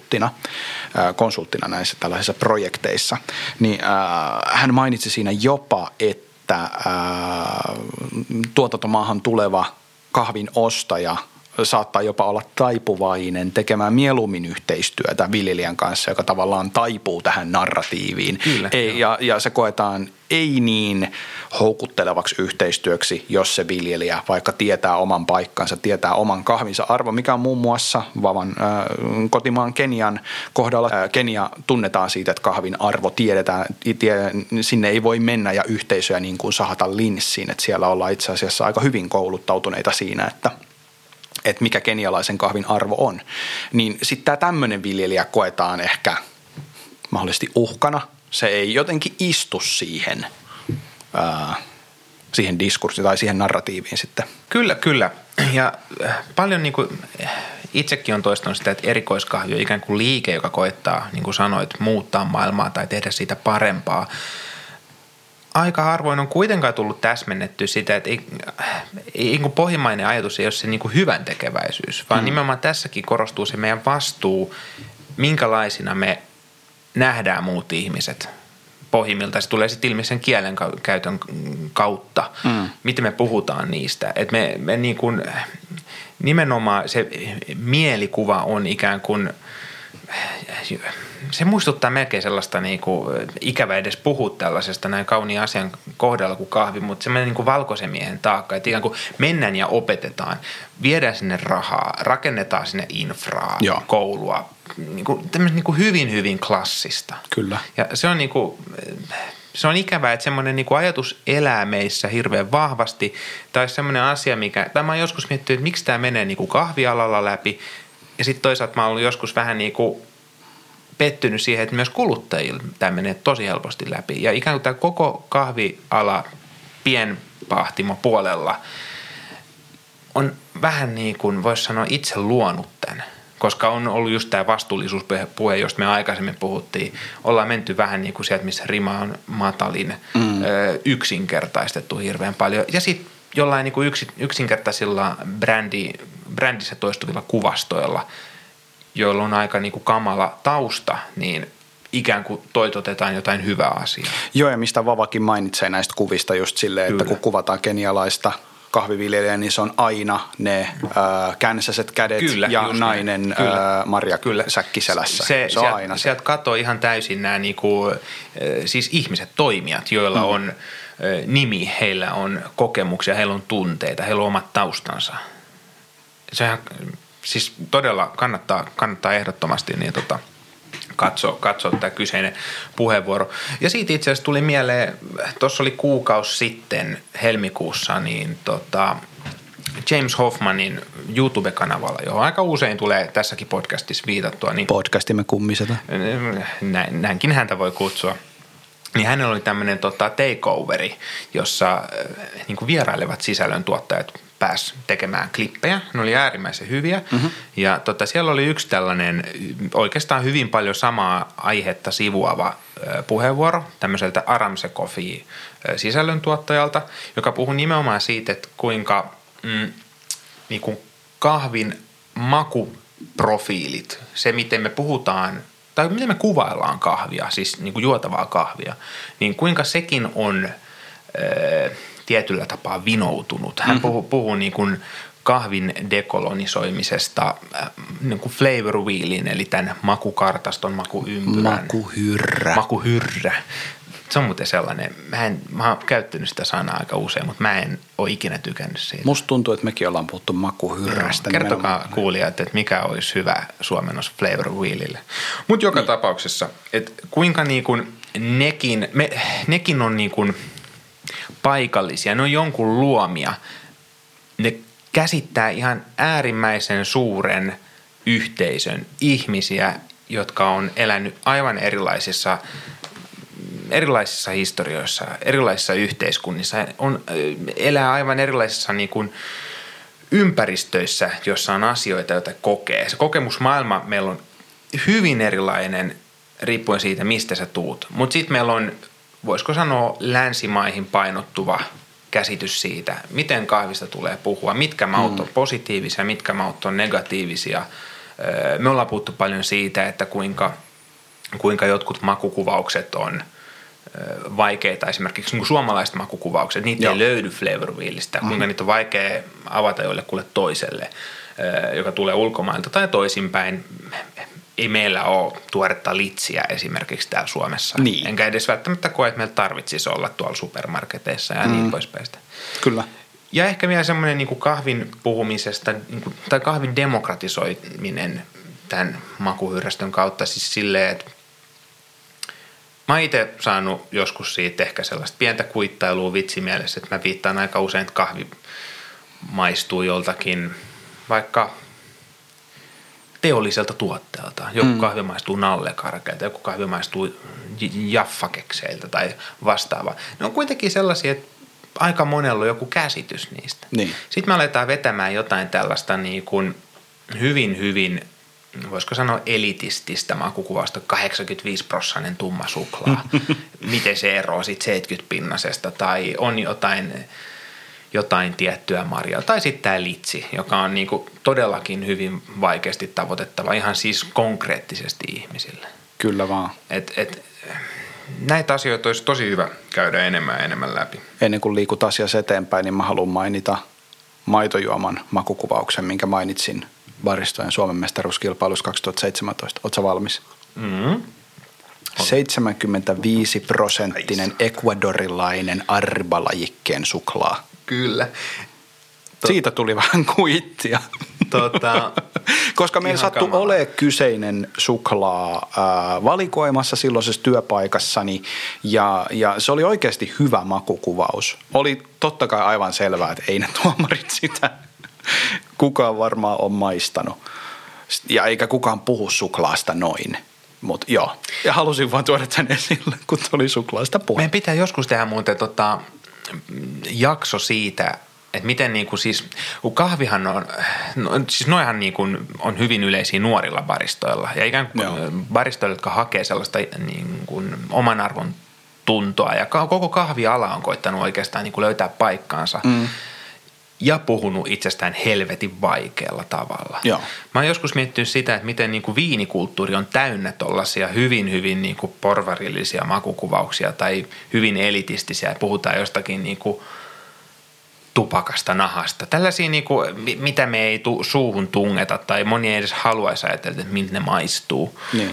[SPEAKER 1] konsulttina näissä tällaisissa projekteissa. Niin, hän mainitsi siinä jopa, että tuotantomaahan tuleva kahvin ostaja saattaa jopa olla taipuvainen tekemään mieluummin yhteistyötä viljelijän kanssa, joka tavallaan taipuu tähän narratiiviin.
[SPEAKER 2] Kyllä,
[SPEAKER 1] ja se koetaan ei niin houkuttelevaksi yhteistyöksi, jos se viljelijä vaikka tietää oman paikkansa, tietää oman kahvinsa arvo, mikä on muun muassa Vavan kotimaan Kenian kohdalla. Kenia tunnetaan siitä, että kahvin arvo tiedetään, sinne ei voi mennä ja yhteisöjä niin kuin sahata linssiin, että siellä ollaan itse asiassa aika hyvin kouluttautuneita siinä, että mikä kenialaisen kahvin arvo on, niin sitten tämä tämmöinen viljelijä koetaan ehkä mahdollisesti uhkana. Se ei jotenkin istu siihen diskurssiin tai siihen narratiiviin sitten.
[SPEAKER 2] Kyllä. Ja paljon niin kuin itsekin on toistanut sitä, että erikoiskahvi on ikään kuin liike, joka koettaa, niin kuin sanoit, muuttaa maailmaa tai tehdä siitä parempaa. Aika harvoin on kuitenkaan tullut täsmennetty sitä, että ei pohjimmainen ajatus ei ole se niin kuin hyvän tekeväisyys, vaan nimenomaan tässäkin korostuu se meidän vastuu, minkälaisina me nähdään muut ihmiset pohjimmiltaan. Se tulee sitten ilmi sen kielen käytön kautta, miten me puhutaan niistä. Että me niin kuin, nimenomaan se mielikuva on ikään kuin, se muistuttaa melkein sellaista niin kuin ikävä edes puhua tällaisesta näin kauniin asian kohdalla kuin kahvi, mutta semmoinen niin kuin valkoisen miehen taakka, että ikään kuin mennään ja opetetaan, viedään sinne rahaa, rakennetaan sinne infraa, koulua, niin kuin, tämmöistä niin kuin hyvin, hyvin klassista.
[SPEAKER 1] Kyllä.
[SPEAKER 2] Ja se on niin kuin, se on ikävää, että semmoinen niin kuin ajatus elää meissä hirveän vahvasti, tai semmoinen asia, tai mä oon joskus miettinyt, että miksi tämä menee niin kuin kahvialalla läpi, ja sitten toisaalta mä oon ollut joskus vähän niin kuin pettynyt siihen, että myös kuluttajille tämä menee tosi helposti läpi. Ja ikään kuin tämä koko kahviala pienpahtimo puolella on vähän niin kuin voisi sanoa itse luonut tämän. Koska on ollut just tämä vastuullisuuspuhe, josta me aikaisemmin puhuttiin. Ollaan menty vähän niin kuin sieltä, missä rima on matalin, yksinkertaistettu hirveän paljon. Ja sitten jollain niin kuin yksinkertaisilla brändissä toistuvilla kuvastoilla, joilla on aika niin kuin kamala tausta, niin ikään kuin toitotetaan jotain hyvää asiaa.
[SPEAKER 1] Joo, ja mistä Vavakin mainitsee näistä kuvista just silleen, että kun kuvataan kenialaista kahviviljelijää, niin se on aina ne känsäiset kädet ja nainen marjasäkki selässä. Se on aina se.
[SPEAKER 2] Sieltä katsoo ihan täysin nämä niin kuin, siis ihmiset, toimijat, joilla on nimi, heillä on kokemuksia, heillä on tunteita, heillä on omat taustansa. Sehän siis todella kannattaa ehdottomasti niin katsoa tämä kyseinen puheenvuoro. Ja siitä itse asiassa tuli mieleen, tuossa oli kuukausi sitten helmikuussa, niin James Hoffmanin YouTube-kanavalla, johon aika usein tulee tässäkin podcastissa viitattua. Niin
[SPEAKER 1] podcastimme kummiseta.
[SPEAKER 2] Näinkin häntä voi kutsua. Niin hänellä oli tämmöinen takeoveri, jossa niin kuin vierailevat sisällöntuottajat pääsi tekemään klippejä. Ne oli äärimmäisen hyviä. Ja siellä oli yksi tällainen oikeastaan hyvin paljon samaa aihetta sivuava puheenvuoro tämmöiseltä Aramse-Coffee sisällöntuottajalta, joka puhui nimenomaan siitä, että kuinka niin kuin kahvin maku profiilit, se miten me puhutaan tai miten me kuvaillaan kahvia, siis niin kuin juotavaa kahvia, niin kuinka sekin on tietyllä tapaa vinoutunut. Hän puhuu niin kuin kahvin dekolonisoimisesta niin kuin flavor wheelin, eli tämän makukartaston, makuympyrän. Makuhyrrä. Se on muuten sellainen, mä oon käyttänyt sitä sanaa aika usein, mutta mä en ole ikinä tykännyt siitä.
[SPEAKER 1] Musta tuntuu, että mekin ollaan puhuttu makuhyrrästä.
[SPEAKER 2] Kertokaa kuulijat, että mikä olisi hyvä suomennos flavor wheelille. Mutta joka tapauksessa, että kuinka niin kuin nekin on niin kuin paikallisia, ne on jonkun luomia, ne käsittää ihan äärimmäisen suuren yhteisön ihmisiä, jotka on elänyt aivan erilaisissa historioissa, erilaisissa yhteiskunnissa, elää aivan erilaisissa niin kuin ympäristöissä, jossa on asioita, joita kokee. Se kokemusmaailma meillä on hyvin erilainen riippuen siitä, mistä sä tuut. Mutta sitten meillä on, voisiko sanoa, länsimaihin painottuva käsitys siitä, miten kahvista tulee puhua, mitkä maut on positiivisia, mitkä maut on negatiivisia. Me ollaan puhuttu paljon siitä, että kuinka jotkut makukuvaukset on vaikeita, esimerkiksi niin kuin suomalaiset makukuvaukset, niitä ei löydy flavor wheelistä, kuinka niitä on vaikea avata jollekulle toiselle, joka tulee ulkomailta tai toisinpäin. Ei meillä ole tuoretta litsiä esimerkiksi täällä Suomessa.
[SPEAKER 1] Niin.
[SPEAKER 2] Enkä edes välttämättä koe, että meillä tarvitsisi olla tuolla supermarketeissa ja niin poispäin.
[SPEAKER 1] Kyllä.
[SPEAKER 2] Ja ehkä vielä semmoinen niin kuin kahvin puhumisesta tai kahvin demokratisoiminen tämän makuhyrrästön kautta siis silleen, että mä oon itse saanut joskus siitä ehkä sellaista pientä kuittailua vitsimielessä, että mä viittaan aika usein, että kahvi maistuu joltakin vaikka teolliselta tuotteelta. Joku kahvi maistuu nallekarkeilta, joku kahvi maistuu jaffakekseiltä tai vastaava. Ne on kuitenkin sellaisia, että aika monella on joku käsitys niistä.
[SPEAKER 1] Niin.
[SPEAKER 2] Sitten me aletaan vetämään jotain tällaista niin kuin hyvin, voisiko sanoa elitististä makukuvausta, 85% tumma suklaa. Miten se eroaa sitten 70-pinnasesta tai on jotain tiettyä marjaa. Tai sitten tämä litsi, joka on niinku todellakin hyvin vaikeasti tavoitettava ihan siis konkreettisesti ihmisille.
[SPEAKER 1] Kyllä vaan.
[SPEAKER 2] Näitä asioita olisi tosi hyvä käydä enemmän ja enemmän läpi.
[SPEAKER 1] Ennen kuin liikut asiassa eteenpäin, niin mä haluan mainita maitojuoman makukuvauksen, minkä mainitsin baristojen Suomen mestaruuskilpailussa 2017. Ootko sä valmis? 75% ecuadorilainen arbalajikkeen suklaa.
[SPEAKER 2] Kyllä.
[SPEAKER 1] Siitä tuli vähän kuittia. Koska meillä sattui olemaan kyseinen suklaa valikoimassa silloisessa työpaikassani ja se oli oikeasti hyvä makukuvaus. Oli totta kai aivan selvää, että ei ne tuomarit sitä kukaan varmaan ole maistanut ja eikä kukaan puhu suklaasta noin. Mutta joo, ja halusin vaan tuoda tämän esille, kun tuli suklaasta puhe.
[SPEAKER 2] Meidän pitää joskus tehdä muuten jakso siitä, että miten niinku siis, kun kahvihan on, siis noihan niinku on hyvin yleisiä nuorilla baristoilla ja ikään kuin baristoilla, jotka hakee sellaista niinku oman arvon tuntoa ja koko kahviala on koittanut oikeastaan niinku löytää paikkaansa. Ja puhunut itsestään helvetin vaikealla tavalla.
[SPEAKER 1] Joo.
[SPEAKER 2] Mä oon joskus miettinyt sitä, että miten niin kuin viinikulttuuri on täynnä tollaisia hyvin niin kuin porvarillisia makukuvauksia tai hyvin elitistisiä. Puhutaan jostakin niin kuin tupakasta, nahasta. Tällaisia, niin kuin, mitä me ei suuhun tungeta tai moni ei edes haluaisi ajatella, että miltä ne maistuu.
[SPEAKER 1] Niin.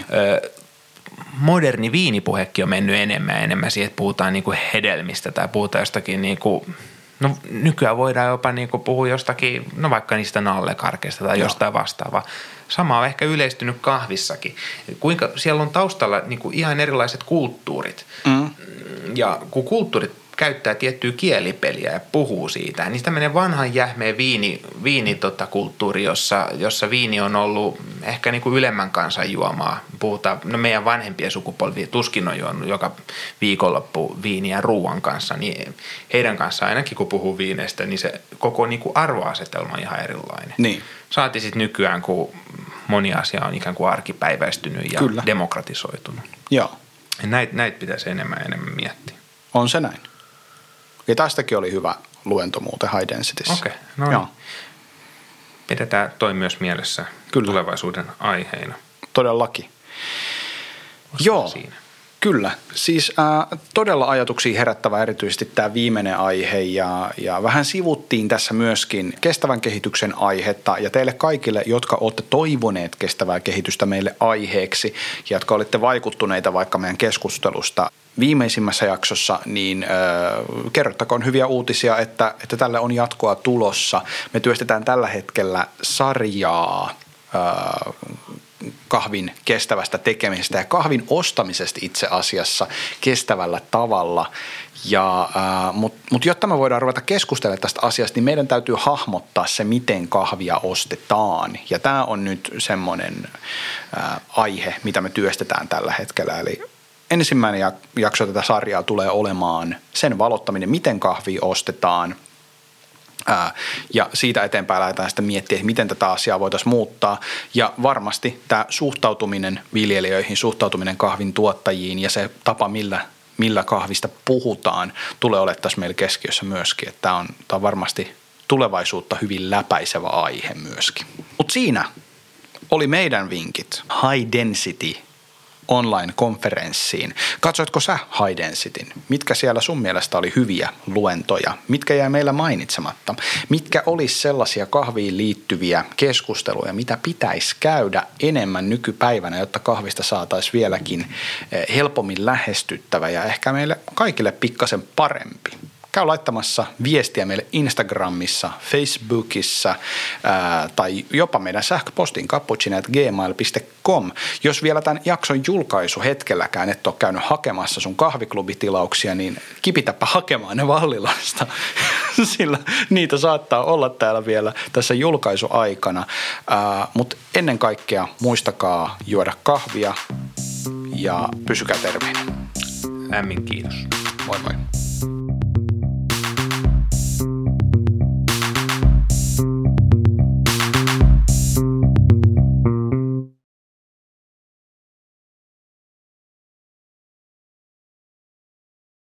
[SPEAKER 2] Moderni viinipuhekin on mennyt enemmän ja enemmän siihen, että puhutaan niin kuin hedelmistä tai puhutaan jostakin niin kuin no nykyään voidaan jopa niinku puhua jostakin, no vaikka niistä nallekarkeista tai jostain vastaavaa. Sama on ehkä yleistynyt kahvissakin. Kuinka siellä on taustalla niinku ihan erilaiset kulttuurit. Ja kun kulttuurit käyttää tiettyä kielipeliä ja puhuu siitä, niin tämmöinen vanhan jähmeen viinikulttuuri, jossa viini on ollut ehkä niinku ylemmän kansan juomaa. Puhutaan, no meidän vanhempien sukupolvi tuskin on juonut joka viikonloppu viiniä ruuan kanssa, niin heidän kanssaan ainakin kun puhuu viineistä, niin se koko niinku arvoasetelma on ihan erilainen.
[SPEAKER 1] Niin.
[SPEAKER 2] Saati sitten nykyään, kun moni asia on ikään kuin arkipäiväistynyt ja demokratisoitunut.
[SPEAKER 1] Joo.
[SPEAKER 2] Näitä pitäisi enemmän miettiä.
[SPEAKER 1] On se näin. Ja tästäkin oli hyvä luento muuten High Densityssä.
[SPEAKER 2] Okei, no niin. pidetään toi myös mielessä tulevaisuuden aiheina.
[SPEAKER 1] Todellakin. Joo, siinä. Kyllä. Siis todella ajatuksia herättävä erityisesti tämä viimeinen aihe ja vähän sivuttiin tässä myöskin kestävän kehityksen aihetta ja teille kaikille, jotka olette toivoneet kestävää kehitystä meille aiheeksi ja jotka olette vaikuttuneita vaikka meidän keskustelusta viimeisimmässä jaksossa, niin kerrottakoon hyviä uutisia, että tälle on jatkoa tulossa. Me työstetään tällä hetkellä sarjaa kahvin kestävästä tekemisestä ja kahvin ostamisesta itse asiassa kestävällä tavalla. Mutta jotta me voidaan ruveta keskustelemaan tästä asiasta, niin meidän täytyy hahmottaa se, miten kahvia ostetaan. Ja tämä on nyt semmoinen aihe, mitä me työstetään tällä hetkellä. Eli ensimmäinen jakso tätä sarjaa tulee olemaan sen valottaminen, miten kahvia ostetaan. Ja siitä eteenpäin lähdetään sitten miettimään, miten tätä asiaa voitaisiin muuttaa. Ja varmasti tämä suhtautuminen viljelijöihin, suhtautuminen kahvin tuottajiin ja se tapa, millä kahvista puhutaan, tulee olemaan tässä meillä keskiössä myöskin. Että tämä on varmasti tulevaisuutta hyvin läpäisevä aihe myöskin. Mutta siinä oli meidän vinkit High Density online-konferenssiin. Katsoitko sä High Densityn? Mitkä siellä sun mielestä oli hyviä luentoja? Mitkä jäi meillä mainitsematta? Mitkä olisi sellaisia kahviin liittyviä keskusteluja, mitä pitäisi käydä enemmän nykypäivänä, jotta kahvista saataisiin vieläkin helpommin lähestyttävä ja ehkä meille kaikille pikkasen parempi? Käy laittamassa viestiä meille Instagramissa, Facebookissa tai jopa meidän sähköpostiin cappuccino@gmail.com. Jos vielä tämän jakson julkaisuhetkelläkään et ole käynyt hakemassa sun kahviklubitilauksia, niin kipitäpä hakemaan ne Vallilasta, sillä niitä saattaa olla täällä vielä tässä julkaisuaikana. Mutta ennen kaikkea muistakaa juoda kahvia ja pysykää terveinä.
[SPEAKER 2] Lämmin kiitos.
[SPEAKER 1] Moi moi.